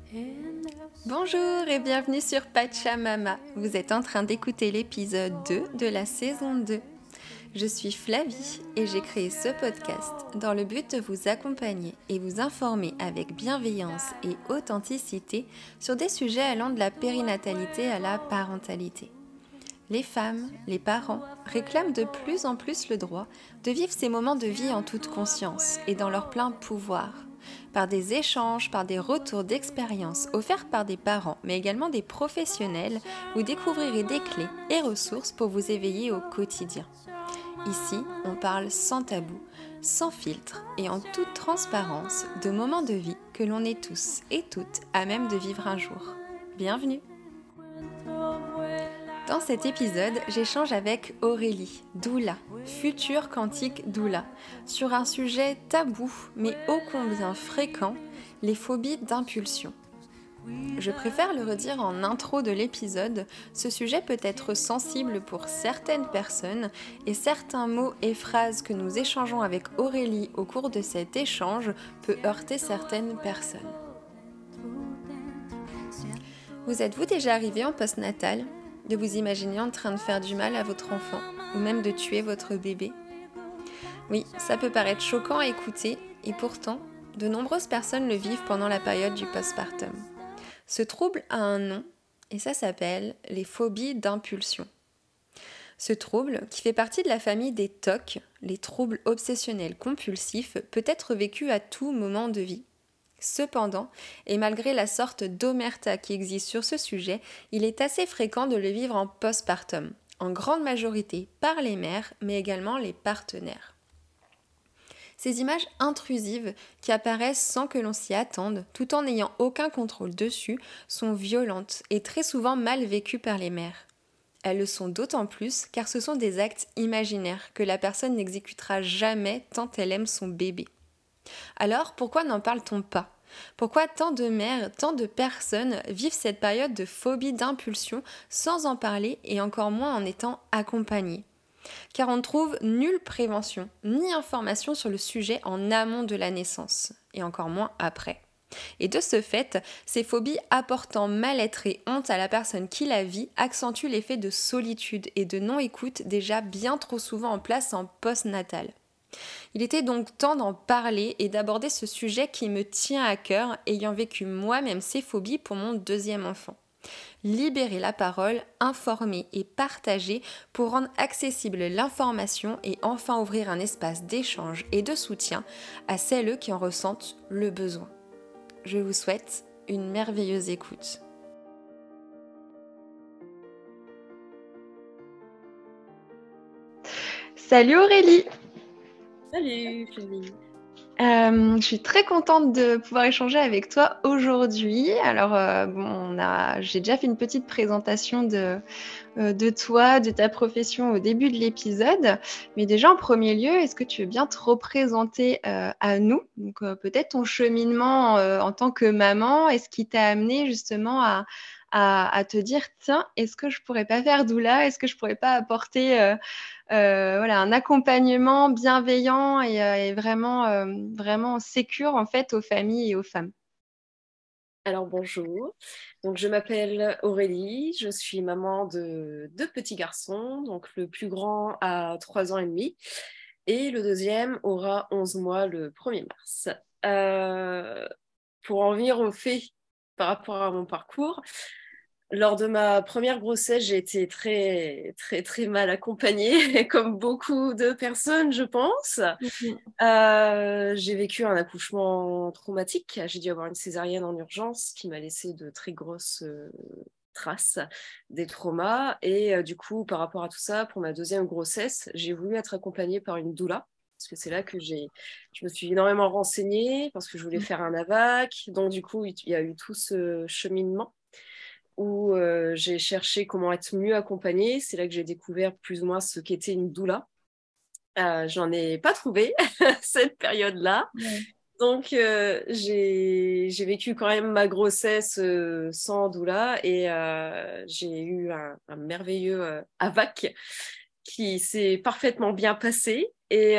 Bonjour et bienvenue sur Pachamama. Vous êtes en train d'écouter l'épisode 2 de la saison 2. Je suis Flavie et j'ai créé ce podcast dans le but de vous accompagner et vous informer avec bienveillance et authenticité sur des sujets allant de la périnatalité à la parentalité. Les femmes, les parents réclament de plus en plus le droit de vivre ces moments de vie en toute conscience et dans leur plein pouvoir, par des échanges, par des retours d'expérience offerts par des parents, mais également des professionnels. Vous découvrirez des clés et ressources pour vous éveiller au quotidien. Ici, on parle sans tabou, sans filtre et en toute transparence de moments de vie que l'on est tous et toutes à même de vivre un jour. Bienvenue! Dans cet épisode, j'échange avec Aurélie, doula, future quantique doula, sur un sujet tabou mais ô combien fréquent, les phobies d'impulsion. Je préfère le redire en intro de l'épisode, ce sujet peut être sensible pour certaines personnes et certains mots et phrases que nous échangeons avec Aurélie au cours de cet échange peut heurter certaines personnes. Vous êtes-vous déjà arrivé en postnatal ? De vous imaginer en train de faire du mal à votre enfant ou même de tuer votre bébé? Oui, ça peut paraître choquant à écouter et pourtant, de nombreuses personnes le vivent pendant la période du postpartum. Ce trouble a un nom et ça s'appelle les phobies d'impulsion. Ce trouble, qui fait partie de la famille des TOC, les troubles obsessionnels compulsifs, peut être vécu à tout moment de vie. Cependant, et malgré la sorte d'omerta qui existe sur ce sujet, il est assez fréquent de le vivre en postpartum, en grande majorité par les mères, mais également les partenaires. Ces images intrusives qui apparaissent sans que l'on s'y attende, tout en n'ayant aucun contrôle dessus, sont violentes et très souvent mal vécues par les mères. Elles le sont d'autant plus car ce sont des actes imaginaires que la personne n'exécutera jamais tant elle aime son bébé. Alors, pourquoi n'en parle-t-on pas ? Pourquoi tant de mères, tant de personnes vivent cette période de phobie d'impulsion sans en parler et encore moins en étant accompagnées ? Car on ne trouve nulle prévention ni information sur le sujet en amont de la naissance, et encore moins après. Et de ce fait, ces phobies apportant mal-être et honte à la personne qui la vit accentuent l'effet de solitude et de non-écoute déjà bien trop souvent en place en postnatal. Il était donc temps d'en parler et d'aborder ce sujet qui me tient à cœur, ayant vécu moi-même ces phobies pour mon deuxième enfant. Libérer la parole, informer et partager pour rendre accessible l'information et enfin ouvrir un espace d'échange et de soutien à celles qui en ressentent le besoin. Je vous souhaite une merveilleuse écoute. Salut Aurélie! Salut Flavie. Je suis très contente de pouvoir échanger avec toi aujourd'hui. Alors, j'ai déjà fait une petite présentation de toi, de ta profession au début de l'épisode. Mais déjà, en premier lieu, est-ce que tu veux bien te représenter à nous? Donc, peut-être ton cheminement en tant que maman, est-ce qui t'a amené justement à te dire, tiens, est-ce que je pourrais pas faire doula? Est-ce que je pourrais pas apporter un accompagnement bienveillant et vraiment sécure en fait aux familles et aux femmes. Alors bonjour, donc je m'appelle Aurélie, je suis maman de deux petits garçons, donc le plus grand a 3 ans et demi et le deuxième aura 11 mois le 1er mars. Pour en venir aux faits par rapport à mon parcours, lors de ma première grossesse, j'ai été très, très, très mal accompagnée, comme beaucoup de personnes, je pense. J'ai vécu un accouchement traumatique. J'ai dû avoir une césarienne en urgence qui m'a laissé de très grosses traces des traumas. Et du coup, par rapport à tout ça, pour ma deuxième grossesse, j'ai voulu être accompagnée par une doula. Parce que c'est là que je me suis énormément renseignée, parce que je voulais faire un AVAC. Donc, du coup, il y a eu tout ce cheminement où j'ai cherché comment être mieux accompagnée. C'est là que j'ai découvert plus ou moins ce qu'était une doula. J'en ai pas trouvé cette période-là. Ouais. Donc, j'ai vécu quand même ma grossesse sans doula et j'ai eu un merveilleux AVAC qui s'est parfaitement bien passé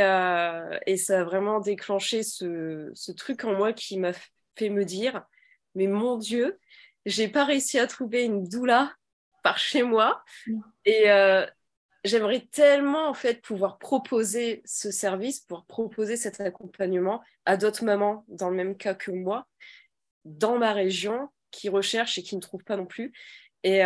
et ça a vraiment déclenché ce truc en moi qui m'a fait me dire mais mon Dieu, j'ai pas réussi à trouver une doula par chez moi. Et j'aimerais tellement en fait pouvoir proposer ce service, pouvoir proposer cet accompagnement à d'autres mamans dans le même cas que moi, dans ma région, qui recherchent et qui ne trouvent pas non plus. Et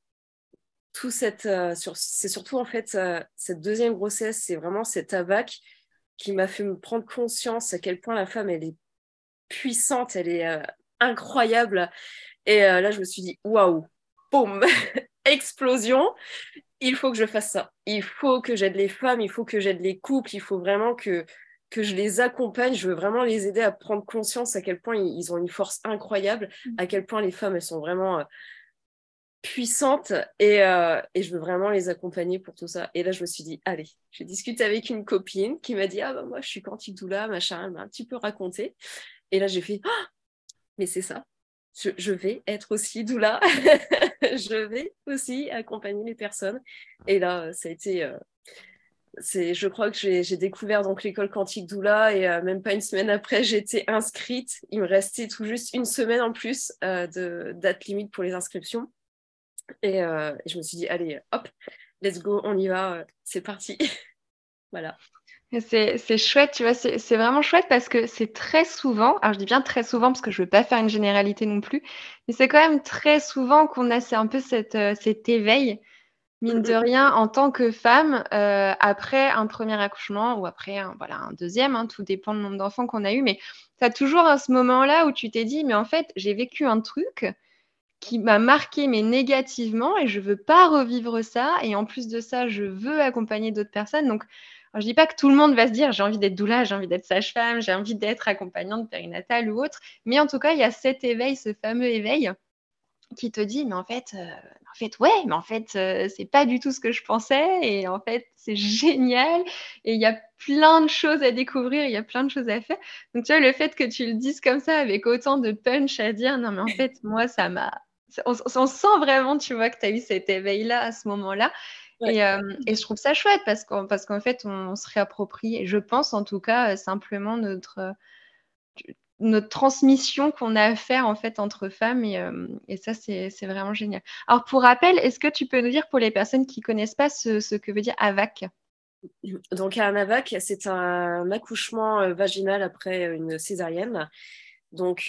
c'est surtout en fait cette deuxième grossesse, c'est vraiment cette AVAC qui m'a fait me prendre conscience à quel point la femme elle est puissante, elle est incroyable. Et là je me suis dit waouh, boum, explosion. Il faut que je fasse ça. Il faut que j'aide les femmes, il faut que j'aide les couples, il faut vraiment que je les accompagne. Je veux vraiment les aider à prendre conscience à quel point ils ont une force incroyable, à quel point les femmes elles sont vraiment puissantes et je veux vraiment les accompagner pour tout ça. Et là, je me suis dit, allez, j'ai discuté avec une copine qui m'a dit, ah bah moi, je suis quantique doula, machin, elle m'a un petit peu raconté. Et là, j'ai fait, ah, mais c'est ça. Je vais être aussi doula. Je vais aussi accompagner les personnes. Et là, ça a été... je crois que j'ai découvert donc l'école quantique doula et même pas une semaine après, j'ai été inscrite. Il me restait tout juste une semaine en plus de date limite pour les inscriptions. Et je me suis dit, allez, hop, let's go, on y va, c'est parti. Voilà. Et c'est chouette, tu vois, c'est vraiment chouette parce que c'est très souvent, alors je dis bien très souvent parce que je veux pas faire une généralité non plus, mais c'est quand même très souvent qu'on a c'est un peu cet éveil, mine de rien, en tant que femme, après un premier accouchement ou après voilà, un deuxième, hein, tout dépend du nombre d'enfants qu'on a eu, mais tu as toujours à ce moment-là où tu t'es dit, mais en fait, j'ai vécu un truc qui m'a marqué mais négativement et je veux pas revivre ça et en plus de ça je veux accompagner d'autres personnes donc alors, je dis pas que tout le monde va se dire j'ai envie d'être doula, j'ai envie d'être sage-femme, j'ai envie d'être accompagnante périnatale ou autre, mais en tout cas il y a cet éveil, ce fameux éveil qui te dit mais en fait ouais mais en fait c'est pas du tout ce que je pensais et en fait c'est génial et il y a plein de choses à découvrir, il y a plein de choses à faire. Donc tu vois le fait que tu le dises comme ça avec autant de punch à dire non mais en fait moi ça m'a on sent vraiment, tu vois, que tu as eu cet éveil-là à ce moment-là. Ouais. Et je trouve ça chouette parce qu'en fait, on se réapproprie, et je pense en tout cas, simplement notre transmission qu'on a à faire en fait entre femmes et ça, c'est vraiment génial. Alors, pour rappel, est-ce que tu peux nous dire pour les personnes qui connaissent pas ce que veut dire AVAC? Donc, un AVAC, c'est un accouchement vaginal après une césarienne. Donc,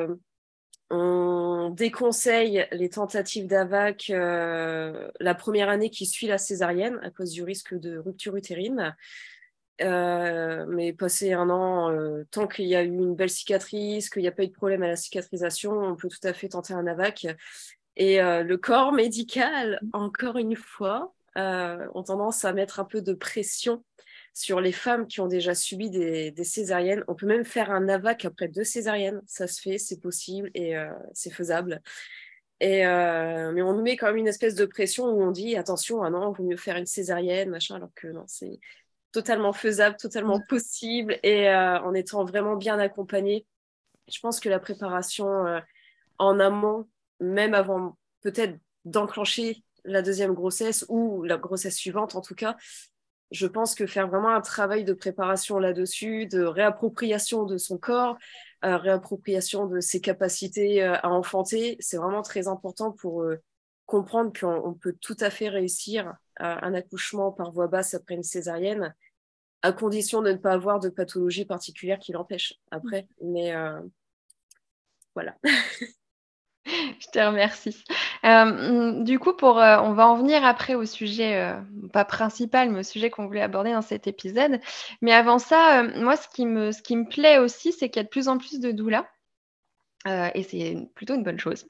on déconseille les tentatives d'AVAC la première année qui suit la césarienne à cause du risque de rupture utérine. Mais passer un an, tant qu'il y a eu une belle cicatrice, qu'il n'y a pas eu de problème à la cicatrisation, on peut tout à fait tenter un AVAC. Et le corps médical, encore une fois, ont tendance à mettre un peu de pression sur les femmes qui ont déjà subi des césariennes. On peut même faire un AVAC après 2 césariennes. Ça se fait, c'est possible et c'est faisable. Mais on nous met quand même une espèce de pression où on dit attention, ah non, il vaut mieux faire une césarienne, machin, alors que non, c'est totalement faisable, totalement possible et en étant vraiment bien accompagné. Je pense que la préparation en amont, même avant peut-être d'enclencher la deuxième grossesse ou la grossesse suivante en tout cas, je pense que faire vraiment un travail de préparation là-dessus, de réappropriation de son corps, réappropriation de ses capacités à enfanter, c'est vraiment très important pour comprendre qu'on peut tout à fait réussir un accouchement par voie basse après une césarienne, à condition de ne pas avoir de pathologie particulière qui l'empêche après. Mais voilà. Je te remercie. Du coup, on va en venir après au sujet, pas principal, mais au sujet qu'on voulait aborder dans cet épisode. Mais avant ça, moi, ce qui me plaît aussi, c'est qu'il y a de plus en plus de doulas. Et c'est plutôt une bonne chose.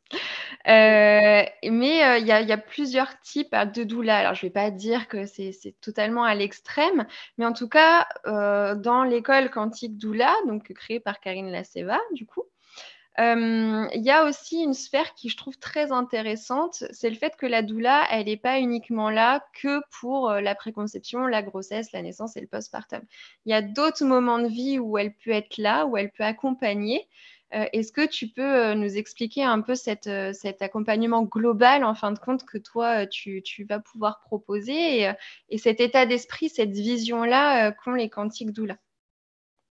Mais il y a plusieurs types de doulas. Alors, je ne vais pas dire que c'est totalement à l'extrême, mais en tout cas, dans l'école quantique doula, donc créée par Karine Laceva, du coup, il y a aussi une sphère qui je trouve très intéressante, c'est le fait que la doula, elle n'est pas uniquement là que pour la préconception, la grossesse, la naissance et le postpartum. Il y a d'autres moments de vie où elle peut être là, où elle peut accompagner. Est-ce que tu peux nous expliquer un peu cet accompagnement global, en fin de compte, que toi, tu vas pouvoir proposer et cet état d'esprit, cette vision-là qu'ont les quantiques doula?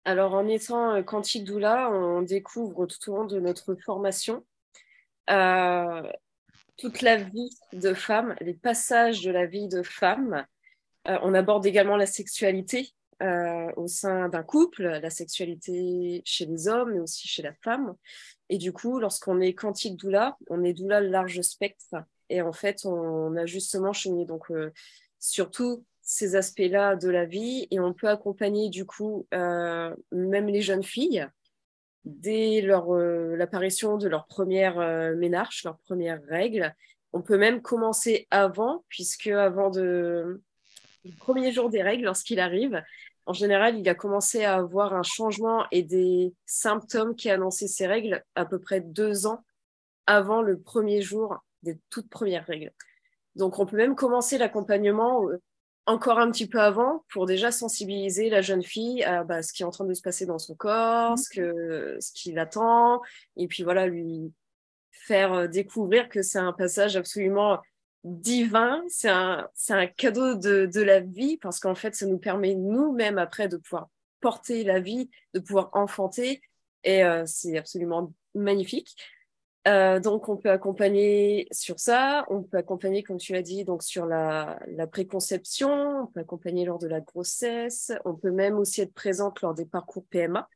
Alors, en étant quantique doula, on découvre tout au long de notre formation euh, toute la vie de femme, les passages de la vie de femme. On aborde également la sexualité au sein d'un couple, la sexualité chez les hommes, mais aussi chez la femme. Et du coup, lorsqu'on est quantique doula, on est doula large spectre. Et en fait, on a justement cheminé donc, sur tous ces aspects-là de la vie. Et on peut accompagner du coup même les jeunes filles dès l'apparition de leur première ménarche, leur première règle. On peut même commencer avant, puisque avant le premier jour des règles, lorsqu'il arrive, en général, il a commencé à avoir un changement et des symptômes qui annonçaient ses règles à peu près 2 ans avant le premier jour des toutes premières règles. Donc, on peut même commencer l'accompagnement encore un petit peu avant pour déjà sensibiliser la jeune fille à ce qui est en train de se passer dans son corps, ce qu'il attend, et puis voilà, lui faire découvrir que c'est un passage absolument divin, c'est un cadeau de la vie, parce qu'en fait, ça nous permet nous-mêmes après de pouvoir porter la vie, de pouvoir enfanter, et c'est absolument magnifique. Donc, on peut accompagner sur ça, on peut accompagner, comme tu l'as dit, donc sur la préconception, on peut accompagner lors de la grossesse, on peut même aussi être présente lors des parcours PMA.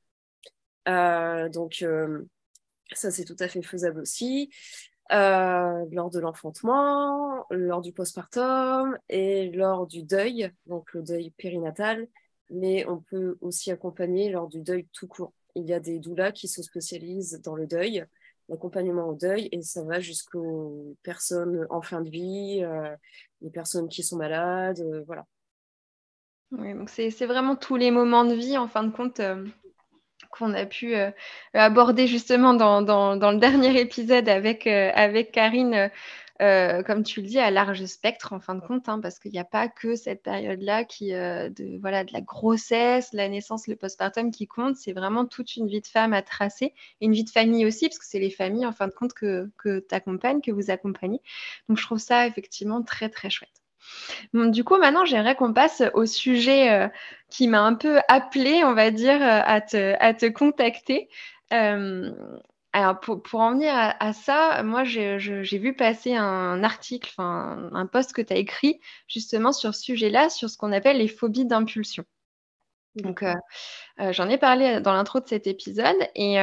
Donc, ça, c'est tout à fait faisable aussi. Lors de l'enfantement, lors du postpartum et lors du deuil, donc le deuil périnatal, mais on peut aussi accompagner lors du deuil tout court. Il y a des doulas qui se spécialisent dans le deuil, l'accompagnement au deuil, et ça va jusqu'aux personnes en fin de vie, les personnes qui sont malades, voilà. Oui, donc c'est vraiment tous les moments de vie, en fin de compte, qu'on a pu aborder justement dans le dernier épisode avec Karine, comme tu le dis, à large spectre, en fin de compte, hein, parce qu'il n'y a pas que cette période-là voilà, de la grossesse, la naissance, le postpartum qui compte. C'est vraiment toute une vie de femme à tracer, et une vie de famille aussi, parce que c'est les familles, en fin de compte, que tu accompagnes, que vous accompagnez. Donc, je trouve ça effectivement très, très chouette. Bon, du coup, maintenant, j'aimerais qu'on passe au sujet qui m'a un peu appelé, on va dire, à te contacter. Euh, alors, pour en venir à ça, moi, j'ai vu passer un article, enfin, un post que tu as écrit justement sur ce sujet-là, sur ce qu'on appelle les phobies d'impulsion. Donc, j'en ai parlé dans l'intro de cet épisode,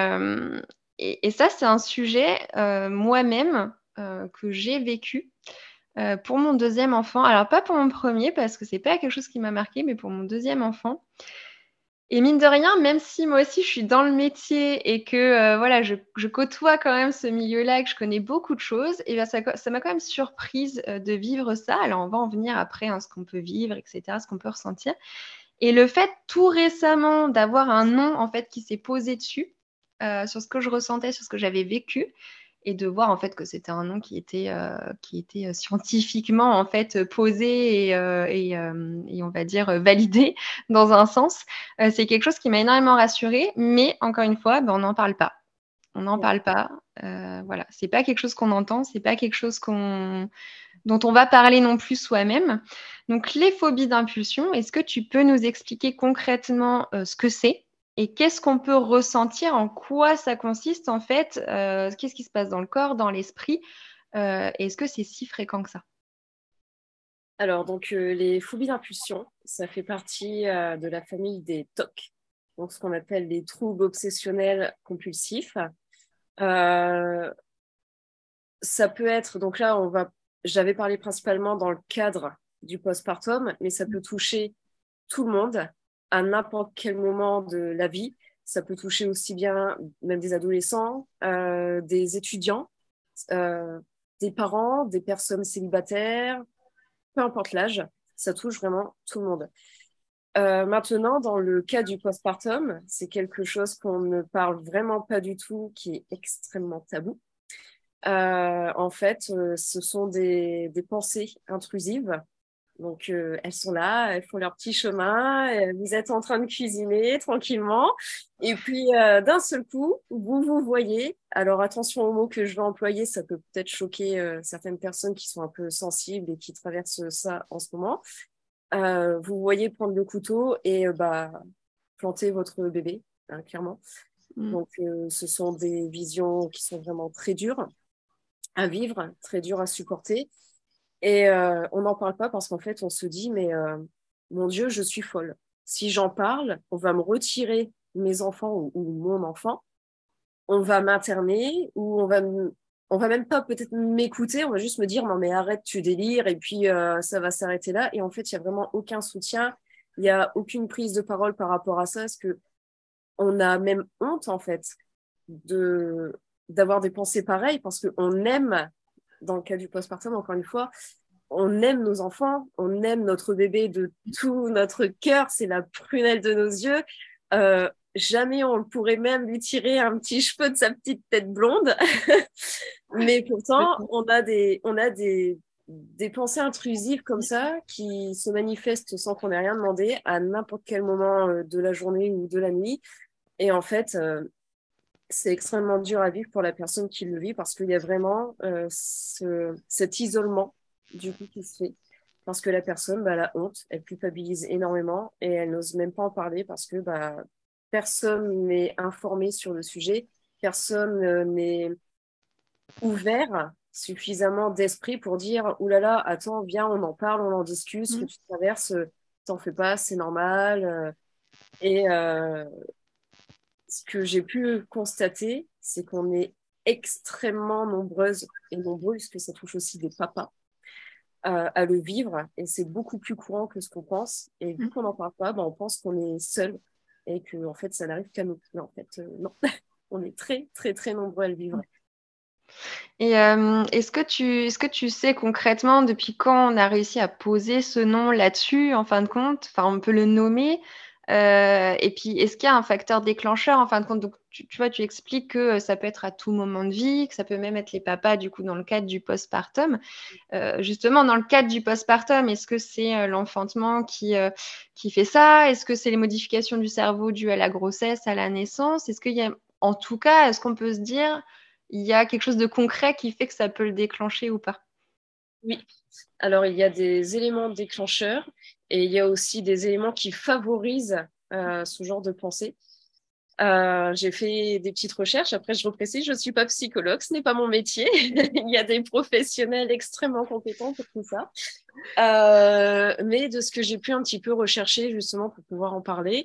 et ça, c'est un sujet moi-même que j'ai vécu pour mon deuxième enfant. Alors, pas pour mon premier, parce que c'est pas quelque chose qui m'a marqué, mais pour mon deuxième enfant. Et mine de rien, même si moi aussi je suis dans le métier et que voilà, je côtoie quand même ce milieu-là, et que je connais beaucoup de choses, et bien ça m'a quand même surprise de vivre ça. Alors, on va en venir après, hein, ce qu'on peut vivre, etc., ce qu'on peut ressentir. Et le fait tout récemment d'avoir un nom en fait qui s'est posé dessus, sur ce que je ressentais, sur ce que j'avais vécu, et de voir en fait que c'était un nom qui était scientifiquement en fait posé et on va dire validé dans un sens. C'est quelque chose qui m'a énormément rassurée, mais encore une fois, ben, on n'en parle pas. On n'en parle pas. Voilà, c'est pas quelque chose qu'on entend, c'est pas quelque chose dont on va parler non plus soi-même. Donc, les phobies d'impulsion, est-ce que tu peux nous expliquer concrètement ce que c'est et qu'est-ce qu'on peut ressentir, en quoi ça consiste en fait, qu'est-ce qui se passe dans le corps, dans l'esprit, et est-ce que c'est si fréquent que ça? Alors, donc, les phobies d'impulsion, ça fait partie de la famille des TOC, donc ce qu'on appelle les troubles obsessionnels compulsifs. Euh, Ça peut être, donc là, j'avais parlé principalement dans le cadre du postpartum, mais ça peut toucher tout le monde à n'importe quel moment de la vie. Ça peut toucher aussi bien même des adolescents, des étudiants, euh, des parents, des personnes célibataires, peu importe l'âge, ça touche vraiment tout le monde. Maintenant, dans le cas du postpartum, c'est quelque chose qu'on ne parle vraiment pas du tout, qui est extrêmement tabou. En fait, ce sont des pensées intrusives. Donc, elles sont là, elles font leur petit chemin. Vous êtes en train de cuisiner tranquillement. Et puis, d'un seul coup, vous voyez. Alors, attention aux mots que je vais employer, ça peut peut-être choquer certaines personnes qui sont un peu sensibles et qui traversent ça en ce moment. Vous voyez prendre le couteau et planter votre bébé, hein, clairement. Donc, ce sont des visions qui sont vraiment très dures à vivre, très dures à supporter. Et on n'en parle pas parce qu'en fait, on se dit, mais mon Dieu, je suis folle. Si j'en parle, on va me retirer mes enfants ou mon enfant, on va m'interner ou on va même pas peut-être m'écouter, on va juste me dire, non mais arrête, tu délires, et puis ça va s'arrêter là. Et en fait, il n'y a vraiment aucun soutien, il n'y a aucune prise de parole par rapport à ça, parce que on a même honte, en fait, d'avoir des pensées pareilles, parce qu'on aime, dans le cas du postpartum, encore une fois, on aime nos enfants, on aime notre bébé de tout notre cœur, c'est la prunelle de nos yeux. Jamais on pourrait même lui tirer un petit cheveu de sa petite tête blonde. Mais pourtant, des pensées intrusives comme ça qui se manifestent sans qu'on ait rien demandé à n'importe quel moment de la journée ou de la nuit. Et en fait, c'est extrêmement dur à vivre pour la personne qui le vit parce qu'il y a vraiment cet isolement du coup qui se fait. Parce que la personne, bah, elle a honte, elle culpabilise énormément et elle n'ose même pas en parler parce que bah, personne n'est informé sur le sujet, personne n'est ouvert suffisamment d'esprit pour dire « Ouh là là, attends, viens, on en parle, on en discute, ce que tu traverses, t'en fais pas, c'est normal. » Et ce que j'ai pu constater, c'est qu'on est extrêmement nombreuses et nombreux, puisque ça touche aussi des papas, à le vivre. Et c'est beaucoup plus courant que ce qu'on pense. Et vu qu'on n'en parle pas, ben, on pense qu'on est seul et que en fait, ça n'arrive qu'à nous. Mais en fait, non. On est très, très, très nombreux à le vivre. Et est-ce que tu sais concrètement depuis quand on a réussi à poser ce nom là-dessus, en fin de compte? Enfin, on peut le nommer. Et puis, est-ce qu'il y a un facteur déclencheur, en fin de compte? Donc, tu vois, tu expliques que ça peut être à tout moment de vie, que ça peut même être les papas, du coup, dans le cadre du postpartum. Justement, dans le cadre du postpartum, est-ce que c'est l'enfantement qui fait ça? Est-ce que c'est les modifications du cerveau dues à la grossesse, à la naissance? Est-ce qu'il y a, en tout cas, est-ce qu'on peut se dire il y a quelque chose de concret qui fait que ça peut le déclencher ou pas? Oui. Alors, il y a des éléments déclencheurs et il y a aussi des éléments qui favorisent ce genre de pensée. J'ai fait des petites recherches. Après, je reprécise, je ne suis pas psychologue, ce n'est pas mon métier. Il y a des professionnels extrêmement compétents pour tout ça. Mais de ce que j'ai pu un petit peu rechercher justement pour pouvoir en parler,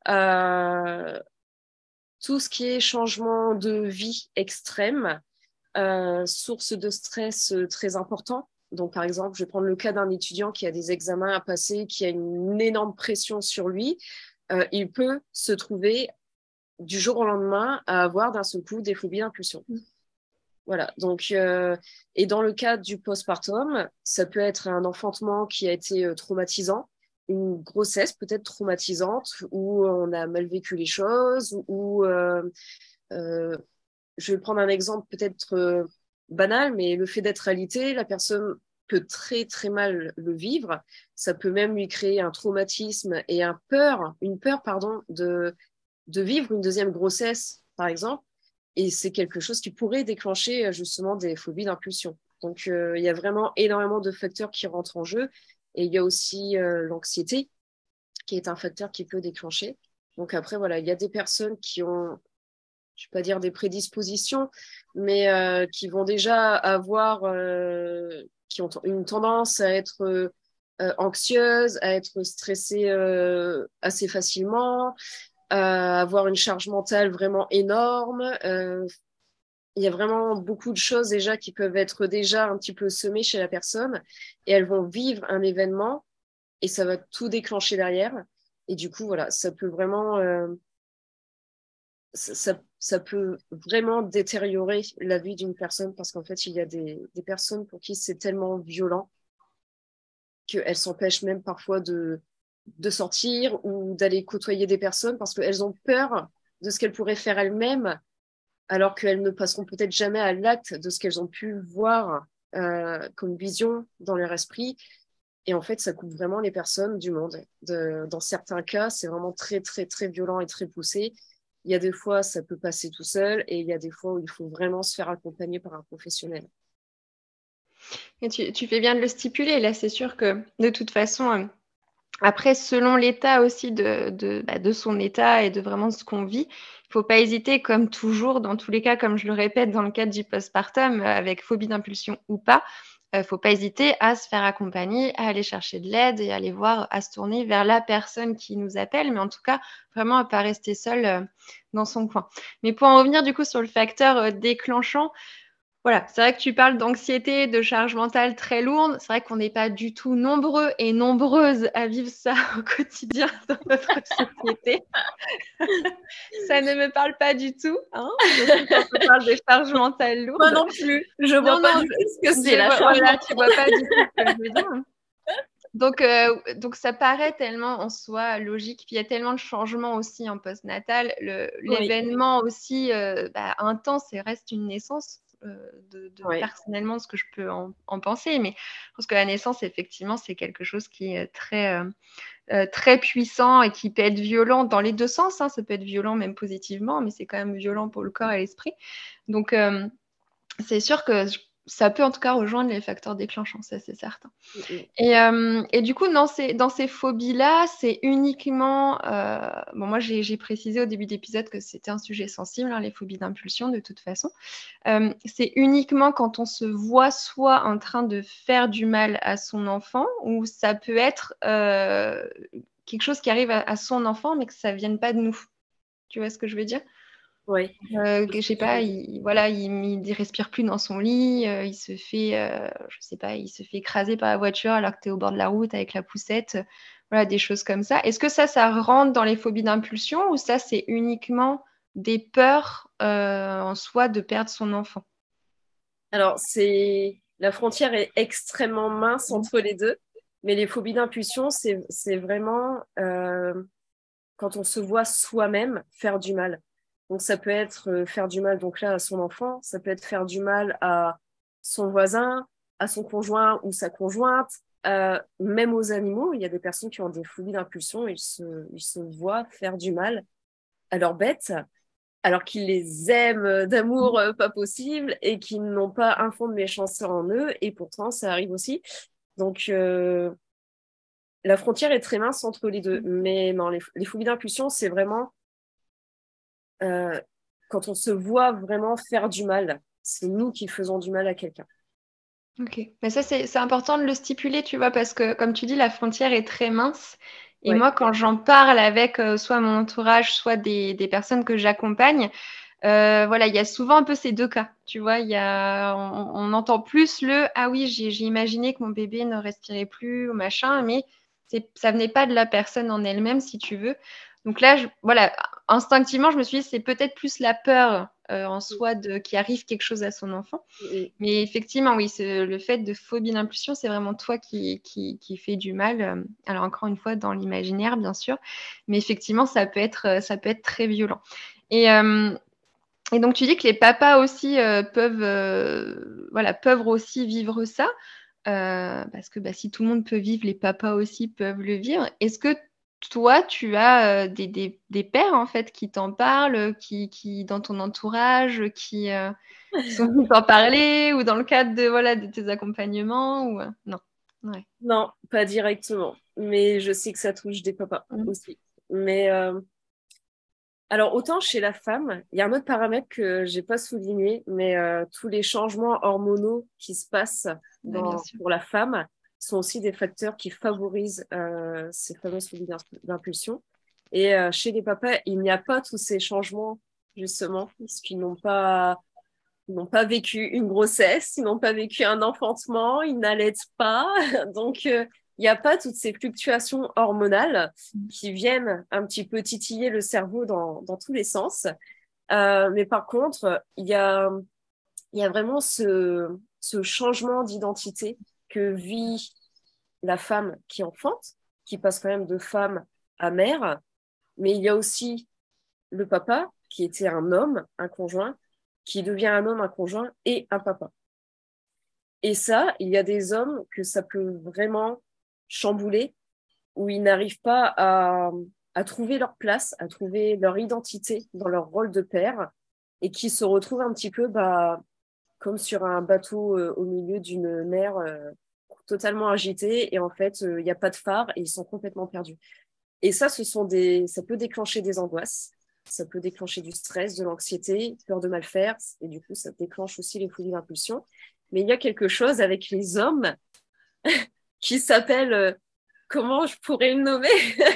tout ce qui est changement de vie extrême, source de stress très important. Donc, par exemple, je vais prendre le cas d'un étudiant qui a des examens à passer, qui a une énorme pression sur lui. Il peut se trouver du jour au lendemain à avoir d'un seul coup des phobies d'impulsion. Voilà. Donc, et dans le cas du postpartum, ça peut être un enfantement qui a été traumatisant, une grossesse peut-être traumatisante, où on a mal vécu les choses, ou je vais prendre un exemple peut-être banal, mais le fait d'être alité, la personne peut très très mal le vivre. Ça peut même lui créer un traumatisme et une peur, pardon, de vivre une deuxième grossesse, par exemple. Et c'est quelque chose qui pourrait déclencher justement des phobies d'impulsion. Donc, il y a vraiment énormément de facteurs qui rentrent en jeu. Et il y a aussi l'anxiété, qui est un facteur qui peut déclencher. Donc après, voilà, il y a des personnes qui ont, je ne vais pas dire des prédispositions, mais qui vont déjà avoir, qui ont une tendance à être anxieuses, à être stressées assez facilement, avoir une charge mentale vraiment énorme. Il y a vraiment beaucoup de choses déjà qui peuvent être déjà un petit peu semées chez la personne et elles vont vivre un événement et ça va tout déclencher derrière. Et du coup, voilà, ça peut vraiment, ça peut vraiment détériorer la vie d'une personne parce qu'en fait, il y a des personnes pour qui c'est tellement violent qu'elles s'empêchent même parfois de sortir ou d'aller côtoyer des personnes parce qu'elles ont peur de ce qu'elles pourraient faire elles-mêmes alors qu'elles ne passeront peut-être jamais à l'acte de ce qu'elles ont pu voir comme vision dans leur esprit. Et en fait, ça coupe vraiment les personnes du monde. Dans certains cas, c'est vraiment très, très, très violent et très poussé. Il y a des fois, ça peut passer tout seul et il y a des fois où il faut vraiment se faire accompagner par un professionnel. Et tu fais bien de le stipuler. Là, c'est sûr que de toute façon, Après, selon l'état aussi de son état et de vraiment ce qu'on vit, il faut pas hésiter, comme toujours, dans tous les cas, comme je le répète, dans le cadre du postpartum, avec phobie d'impulsion ou pas, faut pas hésiter à se faire accompagner, à aller chercher de l'aide et à aller voir, à se tourner vers la personne qui nous appelle, mais en tout cas, vraiment à pas rester seul dans son coin. Mais pour en revenir du coup sur le facteur déclenchant, voilà, c'est vrai que tu parles d'anxiété, de charge mentale très lourde. C'est vrai qu'on n'est pas du tout nombreux et nombreuses à vivre ça au quotidien dans notre société. Ça ne me parle pas du tout, hein, surtout quand on parle de charge mentale Moi lourde. non plus, je vois Non, pas non, du tout ce que c'est la charge voilà, tu mentale. vois pas du tout ce que je veux dire. Donc ça paraît tellement en soi logique. Puis il y a tellement de changements aussi en postnatal. Oui, L'événement aussi intense et reste une naissance. oui, Personnellement, ce que je peux en penser, mais je pense que la naissance, effectivement, c'est quelque chose qui est très puissant et qui peut être violent dans les deux sens, hein. Ça peut être violent même positivement, mais c'est quand même violent pour le corps et l'esprit. Donc, c'est sûr que ça peut en tout cas rejoindre les facteurs déclenchants, ça c'est certain. mm, Et du coup, dans ces phobies-là, c'est uniquement. Bon, moi, j'ai précisé au début d'épisode que c'était un sujet sensible, hein, les phobies d'impulsion, de toute façon. C'est uniquement quand on se voit soit en train de faire du mal à son enfant, ou ça peut être quelque chose qui arrive à son enfant, mais que ça ne vienne pas de nous. Tu vois ce que je veux dire? oui. Je sais pas, voilà, il respire plus dans son lit, il se fait, je sais pas, il se fait écraser par la voiture alors que tu es au bord de la route avec la poussette, voilà, des choses comme ça. Est-ce que ça rentre dans les phobies d'impulsion ou ça, c'est uniquement des peurs en soi de perdre son enfant? Alors, la frontière est extrêmement mince entre les deux, mais les phobies d'impulsion, c'est vraiment quand on se voit soi-même faire du mal. Donc, ça peut être faire du mal donc là à son enfant, ça peut être faire du mal à son voisin, à son conjoint ou sa conjointe, même aux animaux. Il y a des personnes qui ont des phobies d'impulsion, ils se voient faire du mal à leurs bêtes alors qu'ils les aiment d'amour pas possible et qu'ils n'ont pas un fond de méchanceté en eux, et pourtant ça arrive aussi. Donc la frontière est très mince entre les deux, mais non, les phobies d'impulsion, c'est vraiment euh, quand on se voit vraiment faire du mal, c'est nous qui faisons du mal à quelqu'un. Ok, mais ça c'est important de le stipuler, tu vois, parce que comme tu dis, la frontière est très mince. Et Ouais. moi, quand j'en parle avec soit mon entourage, soit des personnes que j'accompagne, voilà, il y a souvent un peu ces deux cas. Tu vois, on entend plus ah oui, j'ai imaginé que mon bébé ne respirait plus ou machin, mais ça venait pas de la personne en elle-même, si tu veux. Donc là, voilà, instinctivement, je me suis dit, c'est peut-être plus la peur en soi qu'il arrive quelque chose à son enfant. Mm, Mais effectivement, oui, le fait de phobie d'impulsion, c'est vraiment toi qui fait du mal. Alors encore une fois, dans l'imaginaire, bien sûr, mais effectivement, ça peut être très violent. Et, euh, et donc, tu dis que les papas aussi peuvent aussi vivre ça, parce que si tout le monde peut vivre, les papas aussi peuvent le vivre. Est-ce que toi, tu as des pères en fait qui t'en parlent, qui dans ton entourage, qui sont venus t'en parler, ou dans le cadre de tes accompagnements, ou non? Ouais. non, pas directement, mais je sais que ça touche des papas Mm. aussi. Mais alors, autant chez la femme, il y a un autre paramètre que j'ai pas souligné, mais tous les changements hormonaux qui se passent Ouais, bien sûr. pour la femme sont aussi des facteurs qui favorisent ces fameuses phobies d'impulsion. Et chez les papas, il n'y a pas tous ces changements, justement, parce qu'ils n'ont pas vécu une grossesse, ils n'ont pas vécu un enfantement, ils n'allaitent pas. Donc, il n'y a pas toutes ces fluctuations hormonales qui viennent un petit peu titiller le cerveau dans tous les sens. Mais par contre, il y a vraiment ce changement d'identité que vit la femme qui enfante, qui passe quand même de femme à mère. Mais il y a aussi le papa, qui était un homme, un conjoint, qui devient un homme, un conjoint et un papa. Et ça, il y a des hommes que ça peut vraiment chambouler, où ils n'arrivent pas à trouver leur place, à trouver leur identité dans leur rôle de père, et qui se retrouvent un petit peu comme sur un bateau au milieu d'une mer totalement agités et en fait, il n'y a pas de phare et ils sont complètement perdus. Et ça, ça peut déclencher des angoisses, ça peut déclencher du stress, de l'anxiété, peur de mal faire, et du coup, ça déclenche aussi les folies d'impulsion. Mais il y a quelque chose avec les hommes qui s'appelle, comment je pourrais le nommer?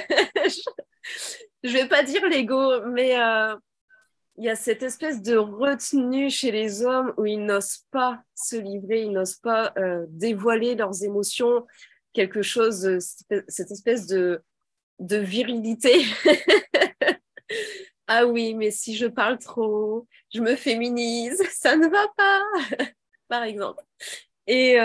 Je vais pas dire l'ego, mais il y a cette espèce de retenue chez les hommes où ils n'osent pas se livrer, ils n'osent pas dévoiler leurs émotions, quelque chose, cette espèce de virilité. Ah oui, mais si je parle trop, je me féminise, ça ne va pas, par exemple. Et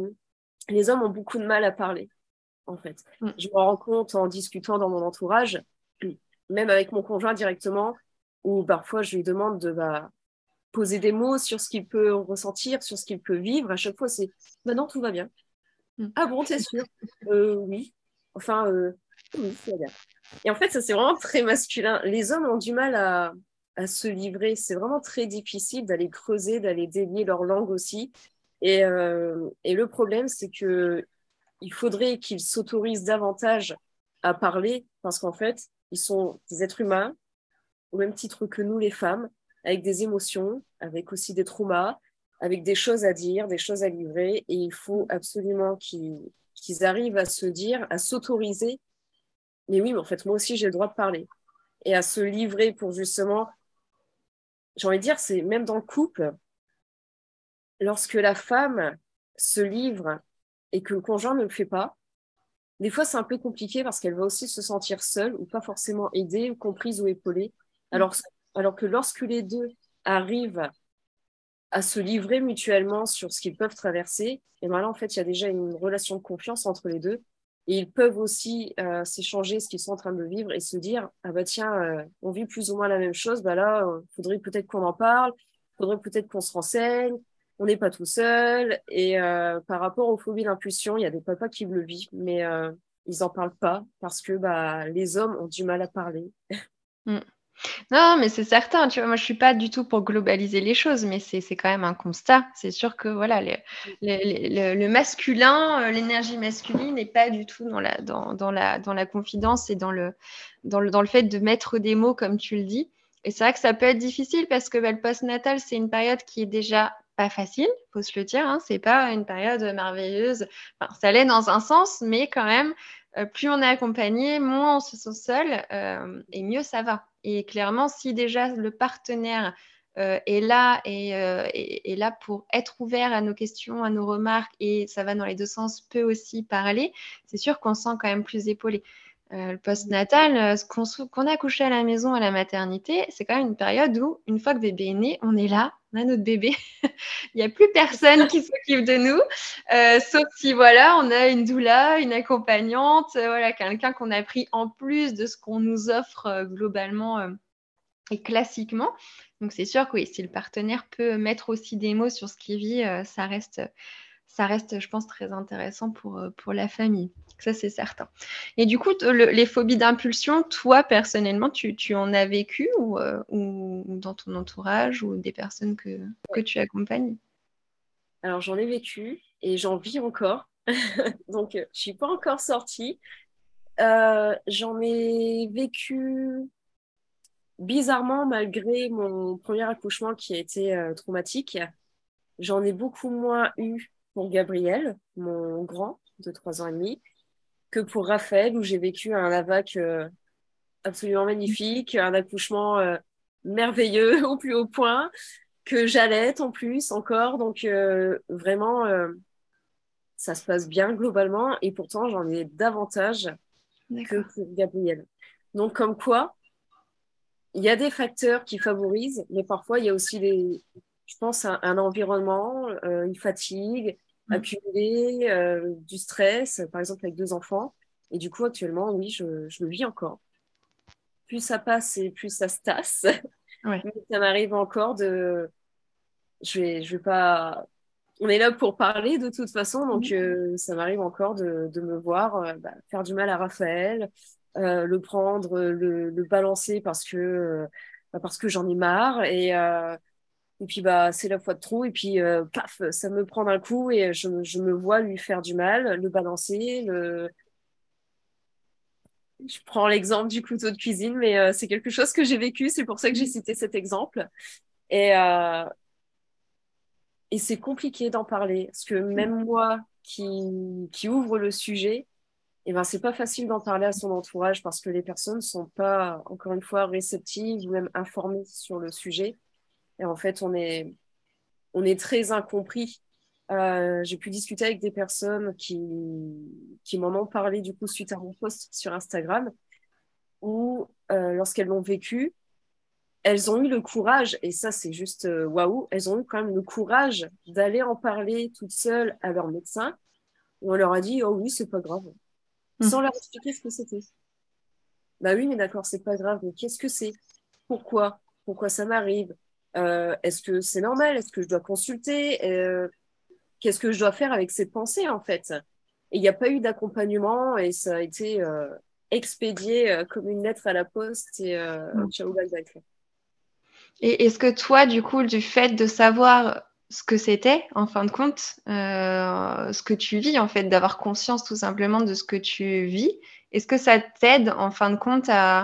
les hommes ont beaucoup de mal à parler, en fait. Je me rends compte en discutant dans mon entourage, même avec mon conjoint directement, où parfois je lui demande de poser des mots sur ce qu'il peut ressentir, sur ce qu'il peut vivre. À chaque fois, c'est maintenant tout va bien. Ah bon, t'es sûr? Oui. Enfin, oui, tout va bien. Et en fait, ça, c'est vraiment très masculin. Les hommes ont du mal à se livrer. C'est vraiment très difficile d'aller creuser, d'aller délier leur langue aussi. Et le problème, c'est que il faudrait qu'ils s'autorisent davantage à parler parce qu'en fait, ils sont des êtres humains au même titre que nous, les femmes, avec des émotions, avec aussi des traumas, avec des choses à dire, des choses à livrer. Et il faut absolument qu'ils arrivent à se dire, à s'autoriser. Mais oui, mais en fait, moi aussi, j'ai le droit de parler. Et à se livrer pour justement, j'ai envie de dire, c'est même dans le couple, lorsque la femme se livre et que le conjoint ne le fait pas, des fois, c'est un peu compliqué parce qu'elle va aussi se sentir seule ou pas forcément aidée ou comprise ou épaulée. Alors, alors que lorsque les deux arrivent à se livrer mutuellement sur ce qu'ils peuvent traverser, et bien là, en fait, il y a déjà une relation de confiance entre les deux. Et ils peuvent aussi s'échanger ce qu'ils sont en train de vivre et se dire, ah bah tiens, on vit plus ou moins la même chose, bah là, faudrait peut-être qu'on en parle, faudrait peut-être qu'on se renseigne, on n'est pas tout seul. Et par rapport aux phobies d'impulsion, il y a des papas qui le vivent, mais ils en parlent pas parce que bah, les hommes ont du mal à parler. Mm. Non, mais c'est certain, tu vois, moi je suis pas du tout pour globaliser les choses, mais c'est quand même un constat. C'est sûr que voilà, le masculin, l'énergie masculine n'est pas du tout dans la confidence et dans le fait de mettre des mots comme tu le dis. Et c'est vrai que ça peut être difficile parce que bah, le post-natal, c'est une période qui est déjà pas facile, faut se le dire, hein, c'est pas une période merveilleuse. Enfin, ça l'est dans un sens, mais quand même, plus on est accompagné, moins on se sent seul et mieux ça va. Et clairement, si déjà le partenaire est là et là pour être ouvert à nos questions, à nos remarques, et ça va dans les deux sens, peut aussi parler, c'est sûr qu'on se sent quand même plus épaulé. Le postnatal, qu'on a accouché à la maison, à la maternité, c'est quand même une période où, une fois que bébé est né, on est là, on a notre bébé. Il n'y a plus personne qui s'occupe de nous, sauf si voilà, on a une doula, une accompagnante, voilà, quelqu'un qu'on a pris en plus de ce qu'on nous offre globalement et classiquement. Donc c'est sûr que oui, si le partenaire peut mettre aussi des mots sur ce qu'il vit, ça reste, je pense, très intéressant pour la famille. Ça, c'est certain. Et du coup, les phobies d'impulsion, toi, personnellement, tu en as vécu ou dans ton entourage ou des personnes que tu accompagnes? Alors j'en ai vécu et j'en vis encore. Donc je suis pas encore sortie. J'en ai vécu bizarrement malgré mon premier accouchement qui a été traumatique. J'en ai beaucoup moins eu pour Gabriel, mon grand de 3 ans et demi, que pour Raphaël où j'ai vécu un AVAC absolument magnifique, un accouchement merveilleux au plus haut point, que j'allaite en plus encore. Donc vraiment, ça se passe bien globalement et pourtant j'en ai davantage que D'accord. pour Gabriel. Donc comme quoi, il y a des facteurs qui favorisent, mais parfois il y a aussi je pense, un environnement, une fatigue Mm. accumulée, du stress, par exemple avec 2 enfants. Et du coup, actuellement, oui, je le vis encore. Plus ça passe et plus ça se tasse. Ouais. Mais ça m'arrive encore je vais pas. On est là pour parler de toute façon, donc ça m'arrive encore de me voir faire du mal à Raphaël, le prendre, le balancer parce que j'en ai marre. Et puis, c'est la fois de trop. Et puis, paf, ça me prend d'un coup et je me vois lui faire du mal, le balancer. Je prends l'exemple du couteau de cuisine, mais c'est quelque chose que j'ai vécu. C'est pour ça que j'ai cité cet exemple. Et, euh, et c'est compliqué d'en parler. Parce que même moi qui ouvre le sujet, et ben, c'est pas facile d'en parler à son entourage parce que les personnes sont pas, encore une fois, réceptives ou même informées sur le sujet. Et en fait, on est très incompris. J'ai pu discuter avec des personnes qui m'en ont parlé du coup suite à mon post sur Instagram, où lorsqu'elles l'ont vécu, elles ont eu le courage, et ça c'est juste waouh, elles ont eu quand même le courage d'aller en parler toutes seules à leur médecin, où on leur a dit, oh oui, c'est pas grave, sans leur expliquer ce que c'était. Bah oui, mais d'accord, c'est pas grave, mais qu'est-ce que c'est? Pourquoi? Pourquoi ça m'arrive? Est-ce que c'est normal? Est-ce que je dois consulter? Qu'est-ce que je dois faire avec ces pensées, en fait? Et il n'y a pas eu d'accompagnement et ça a été expédié comme une lettre à la poste et ciao, bye bye. Et est-ce que toi, du coup, du fait de savoir ce que c'était, en fin de compte, ce que tu vis, en fait, d'avoir conscience tout simplement de ce que tu vis, est-ce que ça t'aide, en fin de compte,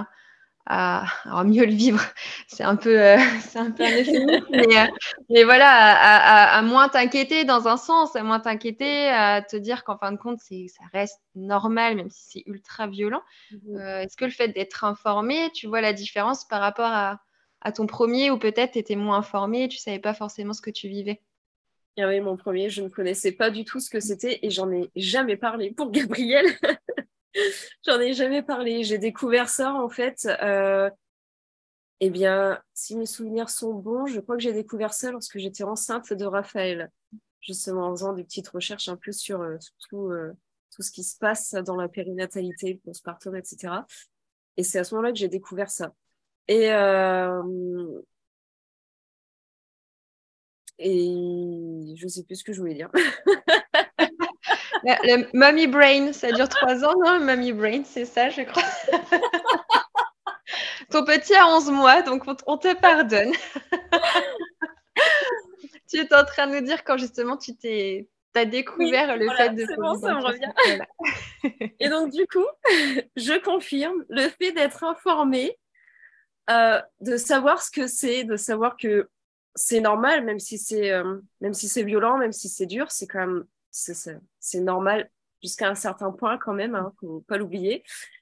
à mieux le vivre? C'est un peu, c'est un peu un euphémisme, mais voilà, à moins t'inquiéter dans un sens, à moins t'inquiéter, à te dire qu'en fin de compte, ça reste normal, même si c'est ultra violent. Est-ce que le fait d'être informé, tu vois la différence par rapport à ton premier où peut-être tu étais moins informé et tu savais pas forcément ce que tu vivais? Ah oui, mon premier, je ne connaissais pas du tout ce que c'était et j'en ai jamais parlé pour Gabriel. J'en ai jamais parlé. J'ai découvert ça, en fait. Eh bien, si mes souvenirs sont bons, je crois que j'ai découvert ça lorsque j'étais enceinte de Raphaël, justement en faisant des petites recherches un peu sur tout ce qui se passe dans la périnatalité, postpartum, etc. Et c'est à ce moment-là que j'ai découvert ça. Et, euh, et je sais plus ce que je voulais dire. Le Mommy Brain, ça dure 3 ans, non? Le Mommy Brain, c'est ça, je crois. Ton petit a 11 mois, donc on te pardonne. Tu étais en train de nous dire quand justement t'as Oui, découvert le fait voilà, de c'est bon, phobie ça me d'intrusion. revient. Voilà. Et donc, du coup, je confirme le fait d'être informée, de savoir ce que c'est, de savoir que c'est normal, même si c'est violent, même si c'est dur, c'est quand même, c'est normal jusqu'à un certain point quand même, hein, faut pas l'oublier.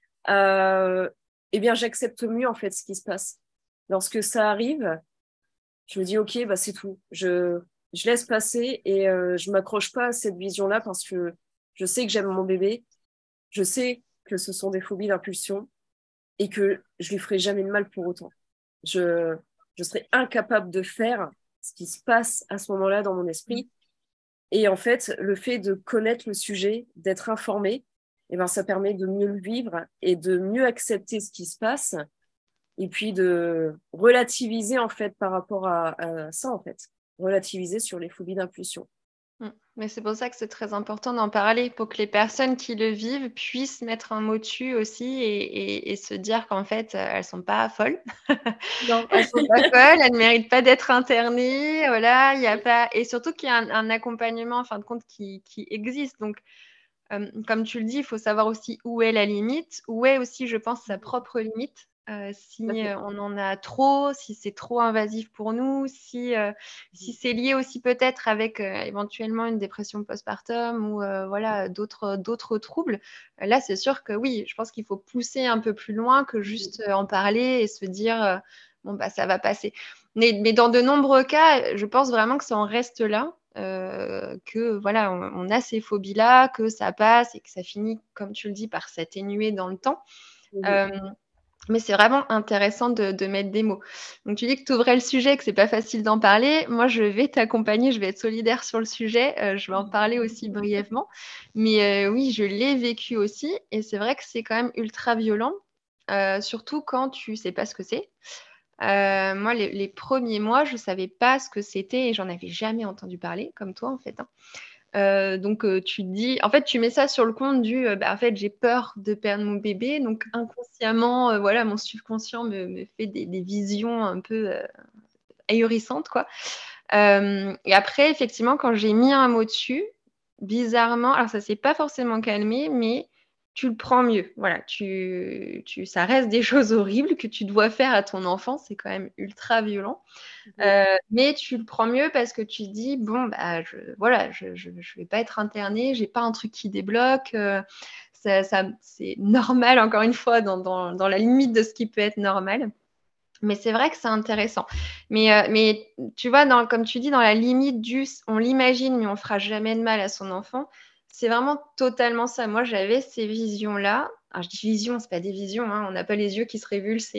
Eh bien, j'accepte mieux en fait ce qui se passe. Lorsque ça arrive, je me dis ok, bah c'est tout. Je laisse passer et je m'accroche pas à cette vision-là parce que je sais que j'aime mon bébé, je sais que ce sont des phobies d'impulsion et que je lui ferai jamais de mal pour autant. Je, je serai incapable de faire ce qui se passe à ce moment-là dans mon esprit. Et en fait, le fait de connaître le sujet, d'être informé, eh ben, ça permet de mieux le vivre et de mieux accepter ce qui se passe et puis de relativiser en fait par rapport à ça en fait. Relativiser sur les phobies d'impulsion. Mais c'est pour ça que c'est très important d'en parler pour que les personnes qui le vivent puissent mettre un mot dessus aussi et se dire qu'en fait, elles sont pas folles. Non. Elles sont pas folles, elles ne méritent pas d'être internées. Voilà, il y a pas et surtout qu'il y a un accompagnement en fin de compte qui existe. Donc, comme tu le dis, il faut savoir aussi où est la limite, où est aussi, je pense, sa propre limite. Si on en a trop, si c'est trop invasif pour nous, si c'est lié aussi peut-être avec éventuellement une dépression postpartum ou voilà d'autres troubles. Là, c'est sûr que oui, je pense qu'il faut pousser un peu plus loin que juste en parler et se dire bon bah ça va passer. Mais dans de nombreux cas, je pense vraiment que ça en reste là que voilà, on a ces phobies-là, que ça passe et que ça finit, comme tu le dis, par s'atténuer dans le temps. Euh, mais c'est vraiment intéressant de mettre des mots. Donc tu dis que tu ouvrais le sujet, que c'est pas facile d'en parler. Moi, je vais t'accompagner, je vais être solidaire sur le sujet. Je vais en parler aussi brièvement. Mais oui, je l'ai vécu aussi, et c'est vrai que c'est quand même ultra violent, surtout quand tu sais pas ce que c'est. Moi, les premiers mois, je savais pas ce que c'était et j'en avais jamais entendu parler, comme toi en fait, hein. Donc tu te dis, en fait, tu mets ça sur le compte du, bah, en fait, j'ai peur de perdre mon bébé, donc inconsciemment, voilà, mon subconscient me fait des visions un peu ahurissantes, quoi. Et après, effectivement, quand j'ai mis un mot dessus, bizarrement, alors ça s'est pas forcément calmé, mais tu le prends mieux. Voilà, ça reste des choses horribles que tu dois faire à ton enfant, c'est quand même ultra violent. Oui. Mais tu le prends mieux parce que tu te dis, bon, bah, voilà, je vais pas être internée, j'ai pas un truc qui débloque. C'est normal, encore une fois, dans la limite de ce qui peut être normal. Mais c'est vrai que c'est intéressant. Mais tu vois, comme tu dis, dans la limite on l'imagine, mais on fera jamais de mal à son enfant. C'est vraiment totalement ça. Moi, j'avais ces visions-là. Alors, je dis visions, c'est pas des visions, hein. On n'a pas les yeux qui se révulsent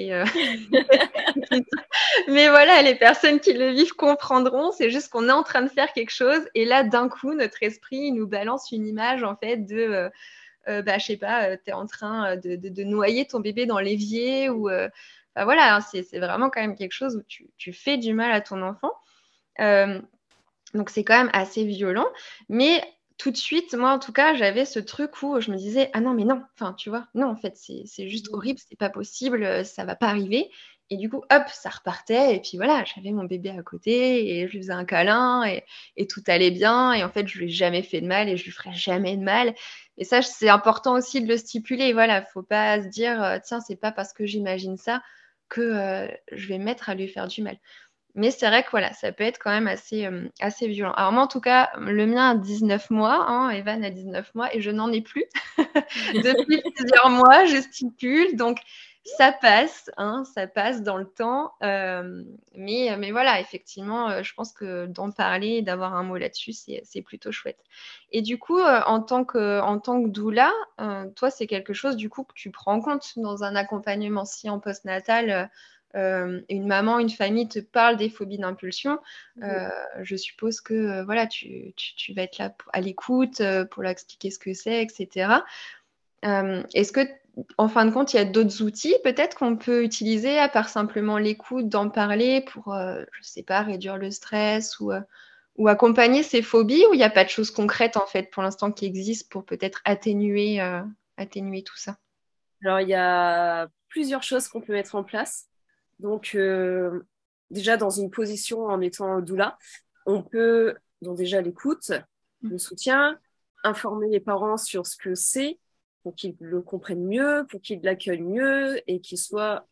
mais voilà, les personnes qui le vivent comprendront. C'est juste qu'on est en train de faire quelque chose et là, d'un coup, notre esprit il nous balance une image en fait bah, je sais pas, tu es en train de noyer ton bébé dans l'évier ou bah, voilà, hein, c'est vraiment quand même quelque chose où tu fais du mal à ton enfant. Euh, donc c'est quand même assez violent, mais tout de suite, moi en tout cas, j'avais ce truc où je me disais, ah non, mais non, enfin tu vois, non, en fait, c'est juste horrible, c'est pas possible, ça va pas arriver. Et du coup, hop, ça repartait. Et puis voilà, j'avais mon bébé à côté et je lui faisais un câlin et tout allait bien. Et en fait, je lui ai jamais fait de mal et je lui ferai jamais de mal. Et ça, c'est important aussi de le stipuler. Voilà, faut pas se dire, tiens, c'est pas parce que j'imagine ça que je vais me mettre à lui faire du mal. Mais c'est vrai que voilà, ça peut être quand même assez violent. Alors moi, en tout cas, le mien a 19 mois, hein, Evan a 19 mois, et je n'en ai plus. Depuis plusieurs mois, je stipule, donc ça passe, hein, ça passe dans le temps. Mais voilà, effectivement, je pense que d'en parler et d'avoir un mot là-dessus, c'est plutôt chouette. Et du coup, en tant que doula, toi, c'est quelque chose du coup que tu prends en compte dans un accompagnement si en postnatal une maman, une famille te parle des phobies d'impulsion, je suppose que voilà, tu vas être là à l'écoute pour leur expliquer ce que c'est, etc. Est-ce que, en fin de compte, il y a d'autres outils peut-être qu'on peut utiliser à part simplement l'écoute, d'en parler pour, je sais pas, réduire le stress ou accompagner ces phobies, ou il n'y a pas de choses concrètes en fait pour l'instant qui existent pour peut-être atténuer tout ça? Alors, il y a plusieurs choses qu'on peut mettre en place. Donc, déjà, dans une position en étant doula, on peut, donc déjà l'écoute, le soutien, informer les parents sur ce que c'est pour qu'ils le comprennent mieux, pour qu'ils l'accueillent mieux et qu'ils soient